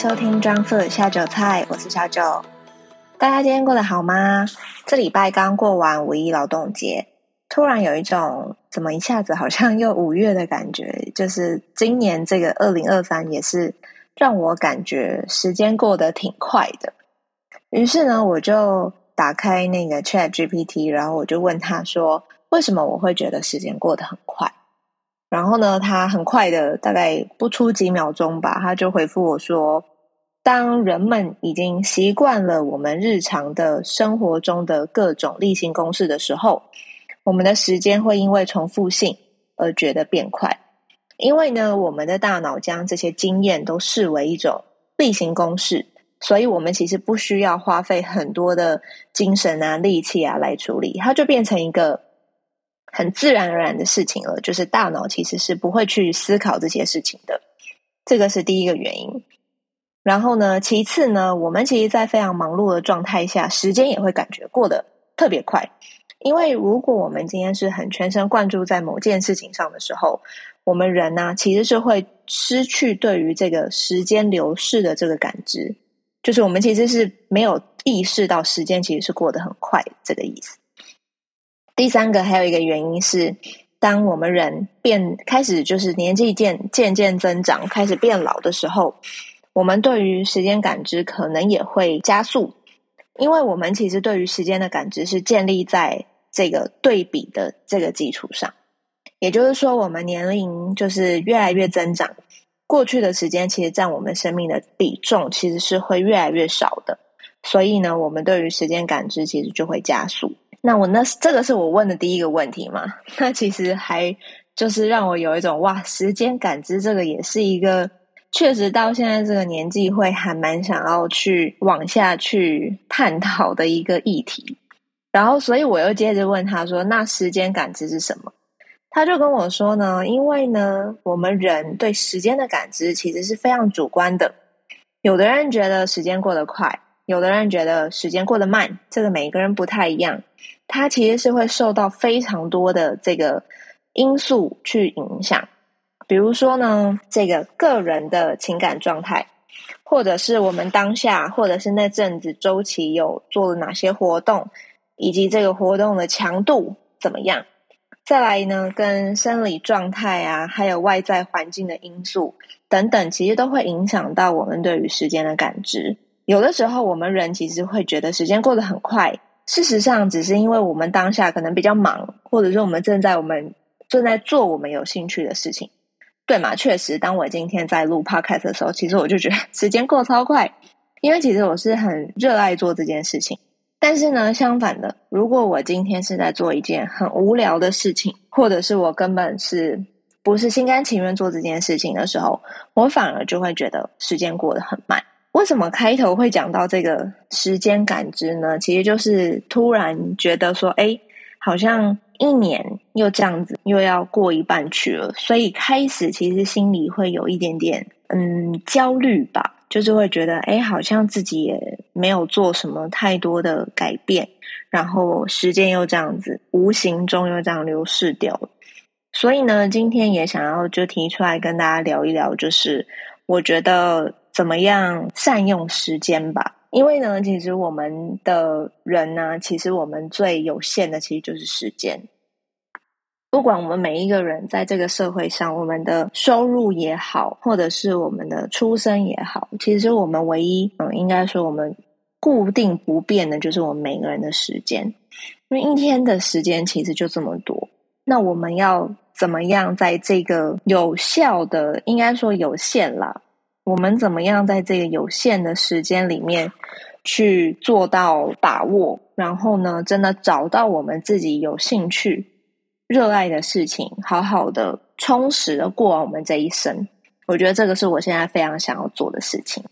收听装富下酒菜，我是小九。大家今天过得好吗？这礼拜刚过完五一劳动节，突然有一种怎么一下子好像又5月的感觉，就是今年这个2023也是让我感觉时间过得挺快的。于是呢，我就打开那个 ChatGPT， 然后我就问他说，为什么我会觉得时间过得很快？然后呢，他很快的，大概不出几秒钟吧，他就回复我说，当人们已经习惯了我们日常的生活中的各种例行公事的时候，我们的时间会因为重复性而觉得变快。因为呢，我们的大脑将这些经验都视为一种例行公事，所以我们其实不需要花费很多的精神啊、力气啊来处理，它就变成一个很自然而然的事情了，就是大脑其实是不会去思考这些事情的。这个是第一个原因。然后呢，其次呢，我们其实在非常忙碌的状态下，时间也会感觉过得特别快。因为如果我们今天是很全神贯注在某件事情上的时候，我们人呢，其实是会失去对于这个时间流逝的这个感知，就是我们其实是没有意识到时间其实是过得很快这个意思。第三个还有一个原因是，当我们人开始就是年纪渐渐增长，开始变老的时候，我们对于时间感知可能也会加速，因为我们其实对于时间的感知是建立在这个对比的这个基础上。也就是说，我们年龄就是越来越增长，过去的时间其实占我们生命的比重其实是会越来越少的，所以呢，我们对于时间感知其实就会加速。那这个是我问的第一个问题嘛？那其实还就是让我有一种哇，时间感知这个也是一个确实到现在这个年纪会还蛮想要去往下去探讨的一个议题。然后所以我又接着问他说，那时间感知是什么？他就跟我说呢，因为呢，我们人对时间的感知其实是非常主观的。有的人觉得时间过得快，有的人觉得时间过得慢，这个每一个人不太一样。它其实是会受到非常多的这个因素去影响。比如说呢，这个个人的情感状态，或者是我们当下，或者是那阵子周期有做了哪些活动，以及这个活动的强度怎么样。再来呢，跟生理状态啊，还有外在环境的因素等等，其实都会影响到我们对于时间的感知。有的时候我们人其实会觉得时间过得很快，事实上只是因为我们当下可能比较忙，或者是我们正在做我们有兴趣的事情，对嘛？确实，当我今天在录 podcast 的时候，其实我就觉得时间过超快，因为其实我是很热爱做这件事情。但是呢，相反的，如果我今天是在做一件很无聊的事情，或者是我根本不是心甘情愿做这件事情的时候，我反而就会觉得时间过得很慢。为什么开头会讲到这个时间感知呢？其实就是突然觉得说，好像一年又这样子又要过一半去了，所以开始其实心里会有一点点焦虑吧。就是会觉得好像自己也没有做什么太多的改变，然后时间又这样子无形中又这样流逝掉了。所以呢，今天也想要就提出来跟大家聊一聊，就是我觉得怎么样善用时间吧。因为呢，其实我们的人呢，其实我们最有限的其实就是时间。不管我们每一个人在这个社会上，我们的收入也好，或者是我们的出身也好，其实我们唯一应该说我们固定不变的就是我们每个人的时间。因为一天的时间其实就这么多，那我们要怎么样在这个有效的，应该说有限啦，我们怎么样在这个有限的时间里面去做到把握，然后呢，真的找到我们自己有兴趣热爱的事情，好好的充实的过完我们这一生。我觉得这个是我现在非常想要做的事情。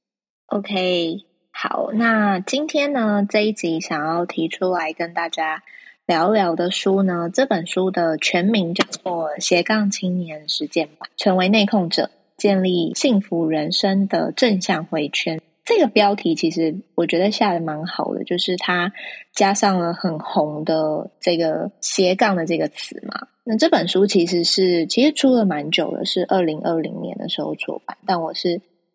OK， 好，那今天呢这一集想要提出来跟大家聊聊的书呢，这本书的全名叫做斜杠青年实践吧，成为内控者，建立幸福人生的正向回圈。这个标题其实我觉得下得蛮好的，就是它加上了很红的这个斜杠的这个词嘛。那这本书其实出了蛮久的，是2020年的时候出版，但我是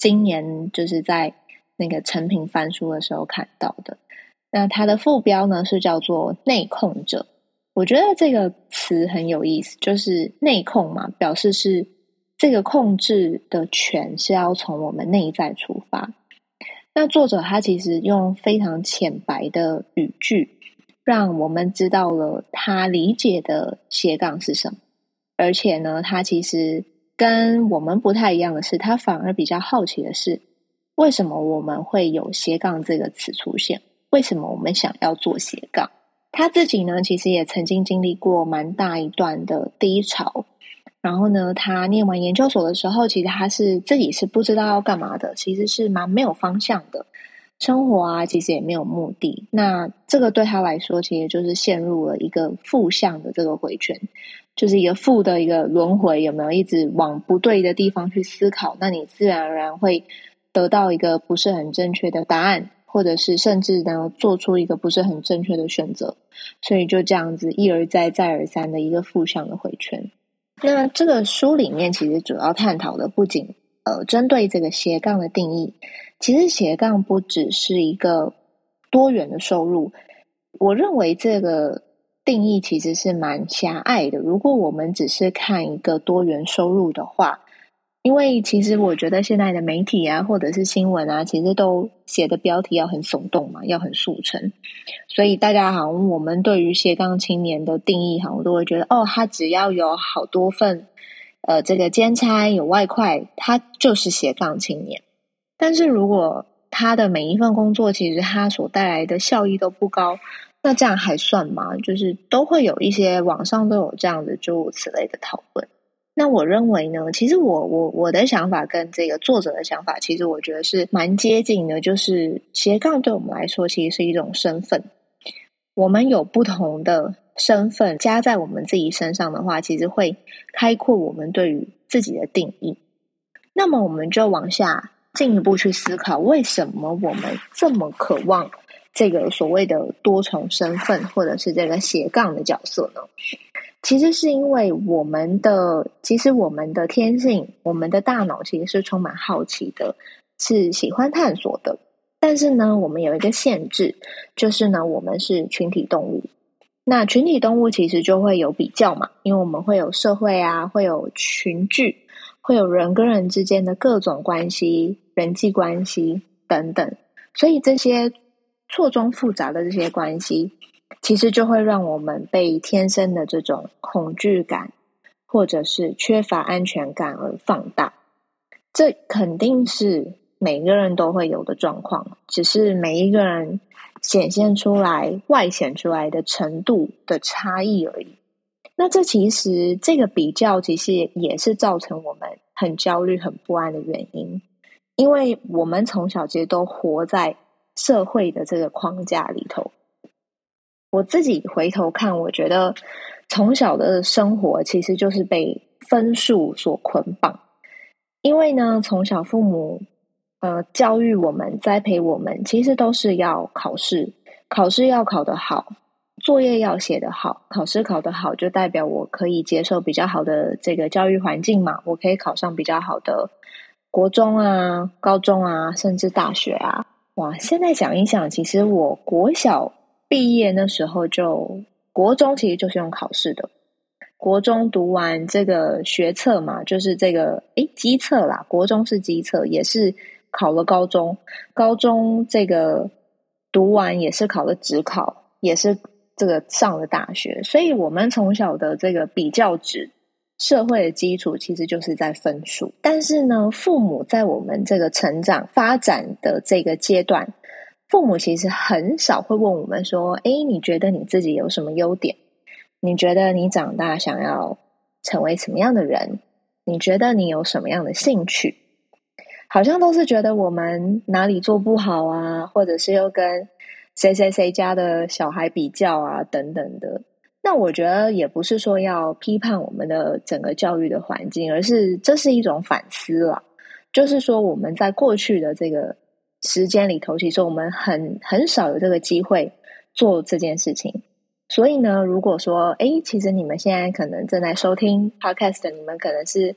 今年就是在那个成品翻书的时候看到的。那它的副标呢是叫做内控者。我觉得这个词很有意思，就是内控嘛，表示是这个控制的权是要从我们内在出发。那作者他其实用非常浅白的语句，让我们知道了他理解的斜杠是什么。而且呢，他其实跟我们不太一样的是，他反而比较好奇的是，为什么我们会有斜杠这个词出现？为什么我们想要做斜杠？他自己呢，其实也曾经经历过蛮大一段的低潮。然后呢，他念完研究所的时候，其实他自己是不知道要干嘛的，其实是蛮没有方向的。生活啊，其实也没有目的。那这个对他来说，其实就是陷入了一个负向的这个回圈，就是一个负的一个轮回，有没有一直往不对的地方去思考？那你自然而然会得到一个不是很正确的答案，或者是甚至呢做出一个不是很正确的选择。所以就这样子一而再再而三的一个负向的回圈。那这个书里面其实主要探讨的不仅针对这个斜杠的定义，其实斜杠不只是一个多元的收入，我认为这个定义其实是蛮狭隘的。如果我们只是看一个多元收入的话，因为其实我觉得现在的媒体啊，或者是新闻啊，其实都写的标题要很耸动嘛，要很速成，所以大家好像我们对于斜杠青年的定义，好像都会觉得他只要有好多份这个兼差有外快，他就是斜杠青年。但是如果他的每一份工作其实他所带来的效益都不高，那这样还算吗？就是都会有一些网上都有这样的诸如此类的讨论。那我认为呢，其实我的想法跟这个作者的想法，其实我觉得是蛮接近的。就是斜杠对我们来说，其实是一种身份。我们有不同的身份加在我们自己身上的话，其实会开阔我们对于自己的定义。那么我们就往下进一步去思考，为什么我们这么渴望这个所谓的多重身份，或者是这个斜杠的角色呢？其实是因为我们的天性，我们的大脑其实是充满好奇的，是喜欢探索的。但是呢，我们有一个限制，就是呢，我们是群体动物。那群体动物其实就会有比较嘛，因为我们会有社会啊，会有群聚，会有人跟人之间的各种关系、人际关系等等。所以这些错综复杂的这些关系，其实就会让我们被天生的这种恐惧感或者是缺乏安全感而放大。这肯定是每个人都会有的状况，只是每一个人显现出来、外显出来的程度的差异而已。那这个比较其实也是造成我们很焦虑、很不安的原因，因为我们从小其实都活在社会的这个框架里头。我自己回头看，我觉得从小的生活其实就是被分数所捆绑。因为呢，从小父母教育我们、栽培我们，其实都是要考试，考试要考得好，作业要写得好，考试考得好就代表我可以接受比较好的这个教育环境嘛，我可以考上比较好的国中啊、高中啊，甚至大学啊。哇，现在想一想，其实我国小毕业那时候国中其实就是用考试的。国中读完这个学测嘛，就是这个基测啦，国中是基测，也是考了高中，高中这个读完也是考了指考，也是这个上了大学。所以我们从小的这个比较值，社会的基础其实就是在分数。但是呢，父母在我们这个成长发展的这个阶段，父母其实很少会问我们说，你觉得你自己有什么优点？你觉得你长大想要成为什么样的人？你觉得你有什么样的兴趣？好像都是觉得我们哪里做不好啊，或者是又跟谁谁谁家的小孩比较啊，等等的。那我觉得也不是说要批判我们的整个教育的环境，而是这是一种反思啦。就是说我们在过去的这个时间里头，其实我们很少有这个机会做这件事情。所以呢，如果说其实你们现在可能正在收听 podcast， 你们可能是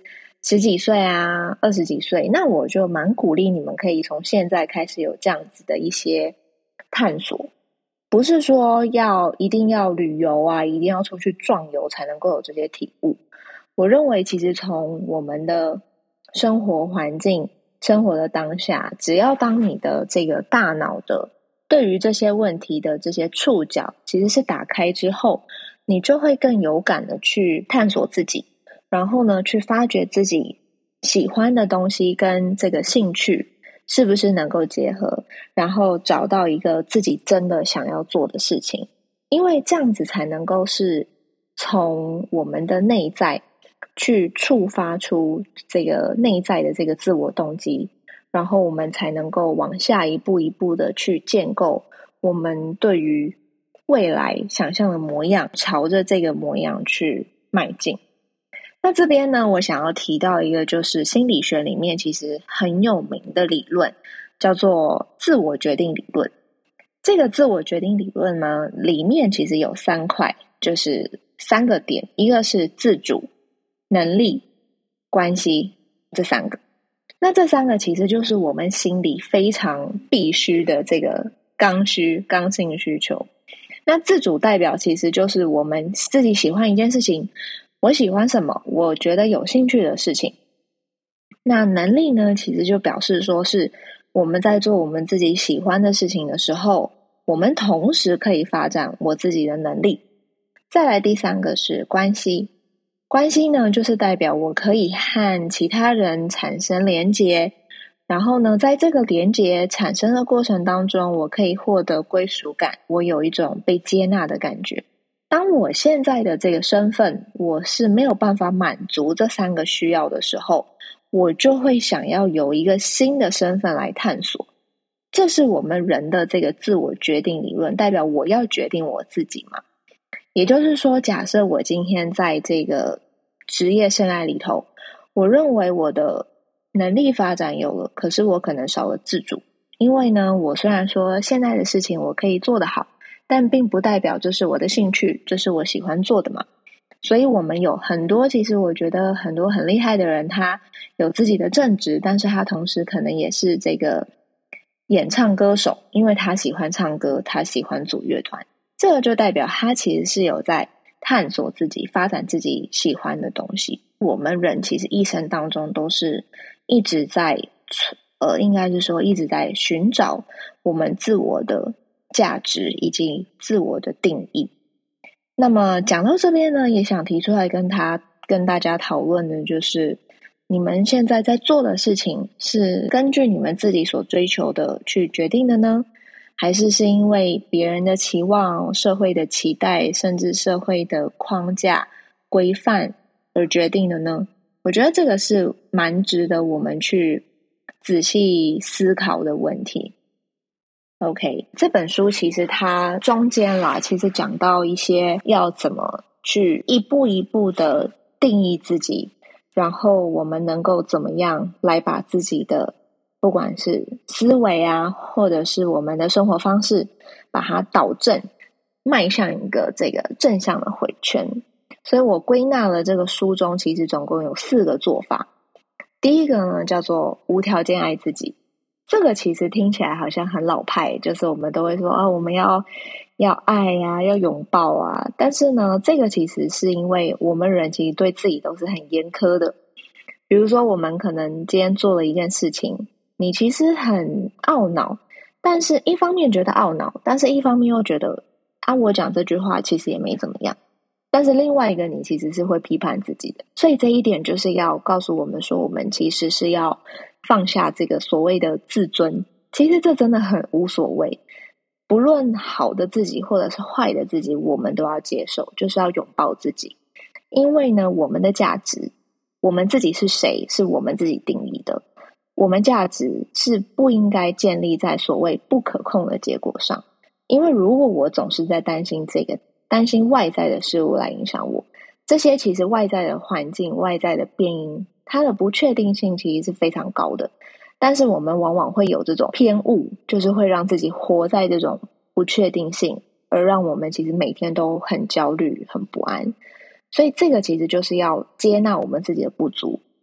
十几岁啊20几岁，那我就蛮鼓励你们可以从现在开始有这样子的一些探索。不是说一定要旅游啊，一定要出去壮游才能够有这些体悟。我认为其实从我们的生活环境、生活的当下，只要当你的这个大脑的对于这些问题的这些触角其实是打开之后，你就会更有感的去探索自己，然后呢，去发掘自己喜欢的东西跟这个兴趣是不是能够结合，然后找到一个自己真的想要做的事情。因为这样子才能够是从我们的内在去触发出这个内在的这个自我动机，然后我们才能够往下一步一步的去建构我们对于未来想象的模样，朝着这个模样去迈进。那这边呢，我想要提到一个就是心理学里面其实很有名的理论，叫做自我决定理论。这个自我决定理论呢，里面其实有3块，就是3个点，一个是自主、能力、关系，这3个。那这3个其实就是我们心里非常必须的这个刚性需求。那自主代表其实就是我们自己喜欢一件事情，我喜欢什么，我觉得有兴趣的事情。那能力呢，其实就表示说是我们在做我们自己喜欢的事情的时候，我们同时可以发展我自己的能力。再来第3个是关系，关系呢就是代表我可以和其他人产生连结，然后呢在这个连结产生的过程当中，我可以获得归属感，我有一种被接纳的感觉。当我现在的这个身份我是没有办法满足这3个需要的时候，我就会想要有一个新的身份来探索。这是我们人的这个自我决定理论，代表我要决定我自己嘛。也就是说，假设我今天在这个职业生涯里头，我认为我的能力发展有了，可是我可能少了自主。因为呢，我虽然说现在的事情我可以做得好，但并不代表这是我的兴趣，这是我喜欢做的嘛。所以我们有很多，其实我觉得很多很厉害的人，他有自己的正职，但是他同时可能也是这个演唱歌手，因为他喜欢唱歌，他喜欢组乐团。这个就代表他其实是有在探索自己，发展自己喜欢的东西。我们人其实一生当中都是一直在应该是说一直在寻找我们自我的价值以及自我的定义。那么讲到这边呢，也想提出来跟大家讨论的就是你们现在在做的事情是根据你们自己所追求的去决定的呢？还是因为别人的期望、社会的期待，甚至社会的框架、规范而决定的呢？我觉得这个是蛮值得我们去仔细思考的问题。OK， 这本书其实它中间啦，其实讲到一些要怎么去一步一步的定义自己，然后我们能够怎么样来把自己的不管是思维啊，或者是我们的生活方式，把它导正，迈向一个这个正向的回圈。所以我归纳了这个书中其实总共有4个做法。第一个呢叫做无条件爱自己。这个其实听起来好像很老派，就是我们都会说我们要爱啊，要拥抱啊。但是呢，这个其实是因为我们人其实对自己都是很严苛的。比如说我们可能今天做了一件事情，你其实很懊恼，但是一方面觉得懊恼，但是一方面又觉得我讲这句话其实也没怎么样。但是另外一个你其实是会批判自己的，所以这一点就是要告诉我们说，我们其实是要放下这个所谓的自尊。其实这真的很无所谓，不论好的自己或者是坏的自己，我们都要接受，就是要拥抱自己。因为呢，我们的价值，我们自己是谁，是我们自己定义的。我们价值是不应该建立在所谓不可控的结果上。因为如果我总是在担心外在的事物来影响我，这些其实外在的环境、外在的变因，它的不确定性其实是非常高的。但是我们往往会有这种偏误，就是会让自己活在这种不确定性，而让我们其实每天都很焦虑、很不安。所以这个其实就是要接纳我们自己的不足。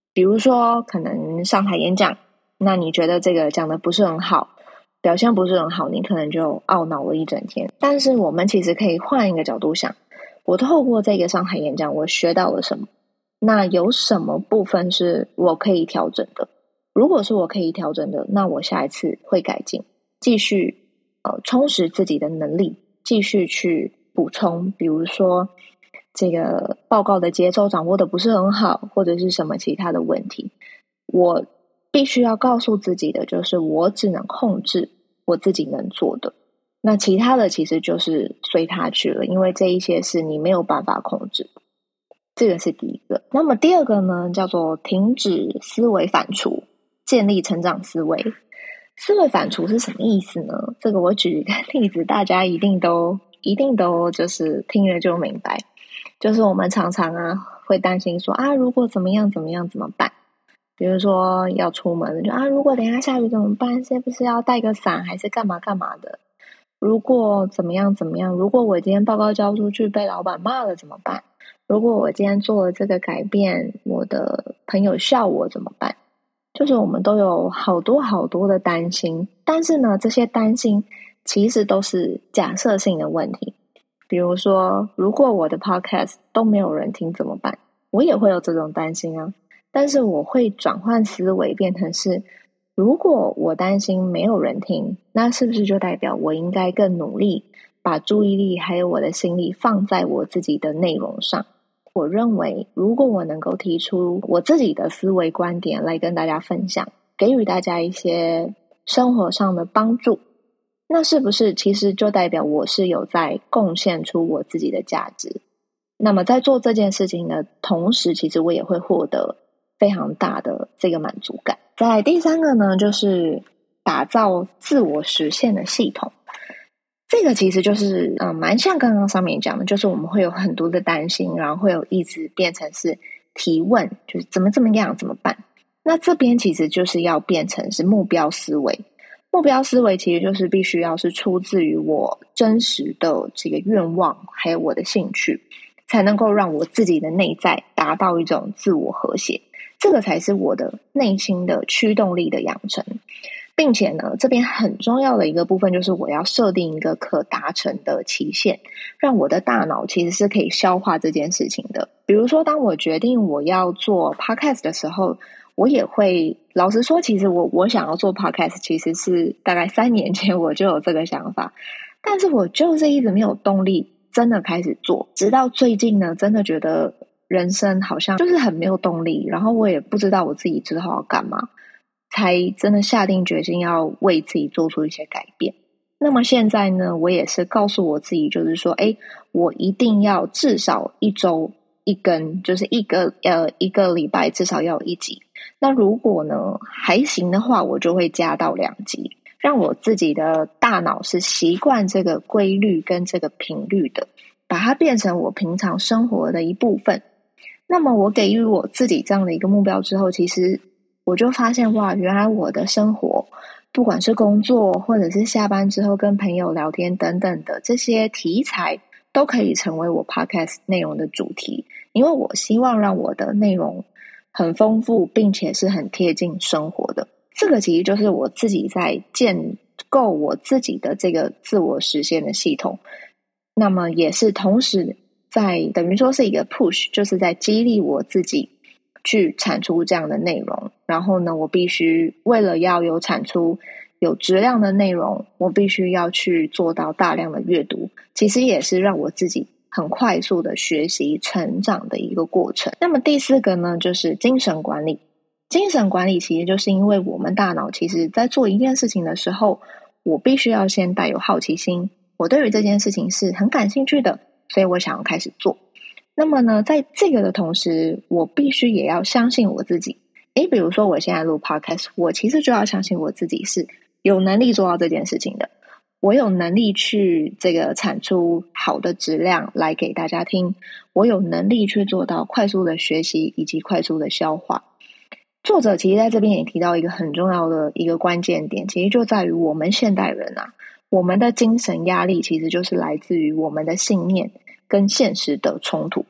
比如说可能上台演讲，那你觉得这个讲的不是很好，表现不是很好，你可能就懊恼了一整天。但是我们其实可以换一个角度想，我透过这个上台演讲，我学到了什么？那有什么部分是我可以调整的？如果是我可以调整的，那我下一次会改进，继续充实自己的能力，继续去补充，比如说这个报告的节奏掌握的不是很好，或者是什么其他的问题，我必须要告诉自己的就是我只能控制我自己能做的，那其他的其实就是随他去了，因为这一些是你没有办法控制。这个是第一个。那么第二个呢，叫做停止思维反刍，建立成长思维。思维反刍是什么意思呢？这个我举一个例子，大家一定都就是听了就明白。就是我们常常会担心说如果怎么样怎么样怎么办？比如说要出门就如果等一下下雨怎么办？是不是要带个伞还是干嘛干嘛的？如果怎么样怎么样？如果我今天报告交出去被老板骂了怎么办？如果我今天做了这个改变，我的朋友笑我怎么办？就是我们都有好多好多的担心，但是呢，这些担心其实都是假设性的问题。比如说，如果我的 podcast 都没有人听怎么办？我也会有这种担心啊。但是我会转换思维，变成是，如果我担心没有人听，那是不是就代表我应该更努力，把注意力还有我的心力放在我自己的内容上？我认为，如果我能够提出我自己的思维观点来跟大家分享，给予大家一些生活上的帮助，那是不是其实就代表我是有在贡献出我自己的价值？那么在做这件事情的同时，其实我也会获得非常大的这个满足感。在第三个呢，就是打造自我实现的系统。这个其实就是蛮像刚刚上面讲的，就是我们会有很多的担心，然后会有一直变成是提问，就是怎么样怎么办。那这边其实就是要变成是目标思维。目标思维其实就是必须要是出自于我真实的这个愿望还有我的兴趣，才能够让我自己的内在达到一种自我和谐，这个才是我的内心的驱动力的养成。并且呢，这边很重要的一个部分就是我要设定一个可达成的期限，让我的大脑其实是可以消化这件事情的。比如说当我决定我要做 podcast 的时候，我也会老实说，其实我想要做 podcast 其实是大概3年前我就有这个想法，但是我就是一直没有动力真的开始做，直到最近呢，真的觉得人生好像就是很没有动力，然后我也不知道我自己之后要干嘛，才真的下定决心要为自己做出一些改变。那么现在呢，我也是告诉我自己，就是说我一定要至少1周1更，就是一个礼拜至少要有1集。那如果呢还行的话，我就会加到2集，让我自己的大脑是习惯这个规律跟这个频率的，把它变成我平常生活的一部分。那么我给予我自己这样的一个目标之后，其实我就发现哇，原来我的生活不管是工作或者是下班之后跟朋友聊天等等的这些题材，都可以成为我 podcast 内容的主题，因为我希望让我的内容很丰富，并且是很贴近生活的。这个其实就是我自己在建构我自己的这个自我实现的系统，那么也是同时在等于说是一个 push， 就是在激励我自己去产出这样的内容。然后呢，我必须为了要有产出有质量的内容，我必须要去做到大量的阅读，其实也是让我自己很快速的学习成长的一个过程。那么第4个呢，就是精神管理。精神管理其实就是因为我们大脑其实在做一件事情的时候，我必须要先带有好奇心，我对于这件事情是很感兴趣的，所以我想要开始做。那么呢，在这个的同时，我必须也要相信我自己。比如说我现在录 podcast， 我其实就要相信我自己是有能力做到这件事情的，我有能力去这个产出好的质量来给大家听，我有能力去做到快速的学习以及快速的消化。作者其实在这边也提到一个很重要的一个关键点，其实就在于我们现代人我们的精神压力其实就是来自于我们的信念跟现实的冲突。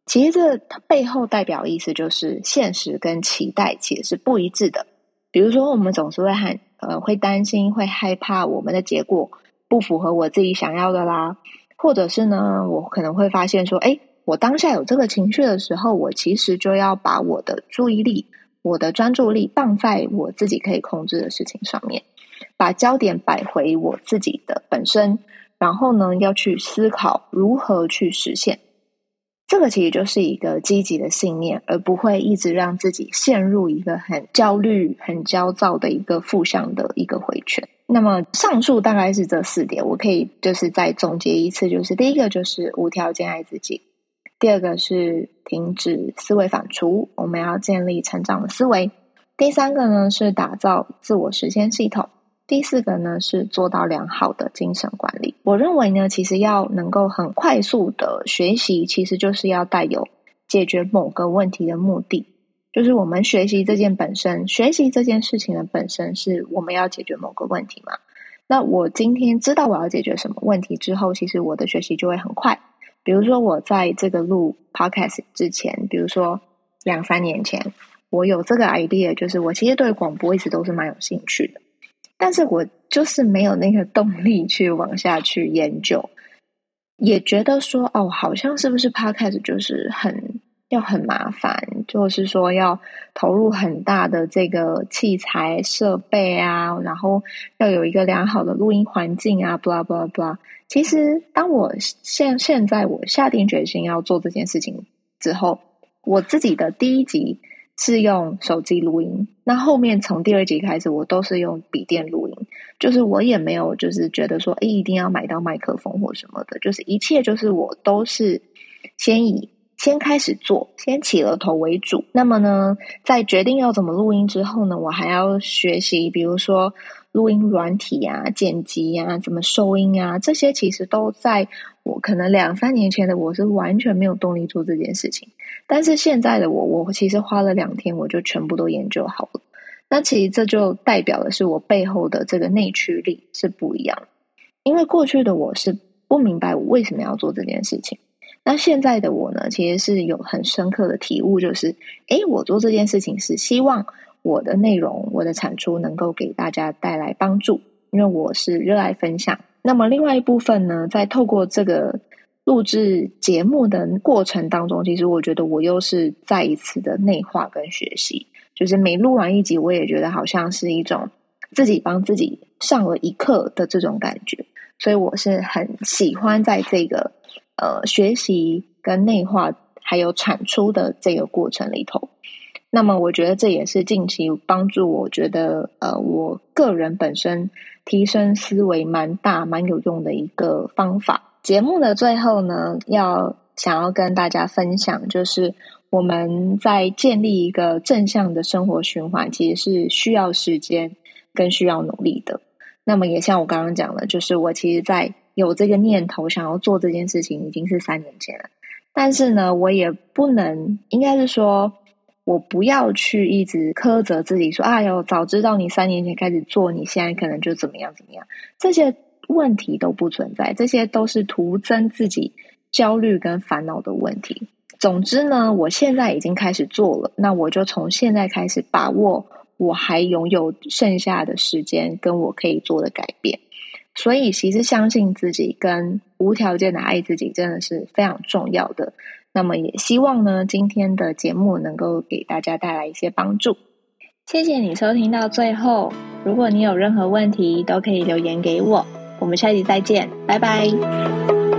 其实这背后代表意思就是现实跟期待其实是不一致的。比如说我们总是会担心会害怕我们的结果不符合我自己想要的啦，或者是呢我可能会发现说我当下有这个情绪的时候，我其实就要把我的注意力我的专注力放在我自己可以控制的事情上面，把焦点摆回我自己的本身，然后呢要去思考如何去实现。这个其实就是一个积极的信念，而不会一直让自己陷入一个很焦虑很焦躁的一个负向的一个回圈。那么上述大概是这4点，我可以就是再总结一次，就是第一个就是无条件爱自己，第二个是停止思维反刍，我们要建立成长的思维，第三个呢是打造自我实现系统，第4个呢是做到良好的精神管理。我认为呢，其实要能够很快速的学习，其实就是要带有解决某个问题的目的，就是我们学习这件事情的本身是我们要解决某个问题嘛。那我今天知道我要解决什么问题之后，其实我的学习就会很快。比如说我在这个录 podcast 之前，比如说2-3年前，我有这个 idea， 就是我其实对广播一直都是蛮有兴趣的，但是我就是没有那个动力去往下去研究，也觉得说好像是不是 podcast 就是很麻烦，就是说要投入很大的这个器材设备啊，然后要有一个良好的录音环境啊 blah blah blah。 其实当我现在我下定决心要做这件事情之后，我自己的第1集是用手机录音，那后面从第2集开始我都是用笔电录音，就是我也没有就是觉得说一定要买到麦克风或什么的，就是一切就是我都是先开始做，先起了头为主。那么呢，在决定要怎么录音之后呢，我还要学习，比如说录音软体啊、剪辑啊、怎么收音啊，这些其实都在我可能2-3年前的我是完全没有动力做这件事情，但是现在的我其实花了2天我就全部都研究好了。那其实这就代表的是我背后的这个内驱力是不一样的，因为过去的我是不明白我为什么要做这件事情，那现在的我呢，其实是有很深刻的体悟，就是我做这件事情是希望我的内容我的产出能够给大家带来帮助，因为我是热爱分享。那么另外一部分呢，在透过这个录制节目的过程当中，其实我觉得我又是再一次的内化跟学习，就是每录完1集我也觉得好像是一种自己帮自己上了一课的这种感觉，所以我是很喜欢在这个学习跟内化还有产出的这个过程里头。那么我觉得这也是近期帮助我觉得我个人本身提升思维蛮有用的一个方法。节目的最后呢，想要跟大家分享，就是我们在建立一个正向的生活循环其实是需要时间跟需要努力的。那么也像我刚刚讲的，就是我其实在有这个念头想要做这件事情已经是3年前了，但是呢我也不能，应该是说我不要去一直苛责自己说早知道你3年前开始做，你现在可能就怎么样，这些问题都不存在，这些都是徒增自己焦虑跟烦恼的问题。总之呢，我现在已经开始做了，那我就从现在开始把握我还拥有剩下的时间跟我可以做的改变。所以其实相信自己跟无条件的爱自己真的是非常重要的。那么也希望呢，今天的节目能够给大家带来一些帮助。谢谢你收听到最后，如果你有任何问题都可以留言给我，我们下期再见，拜拜。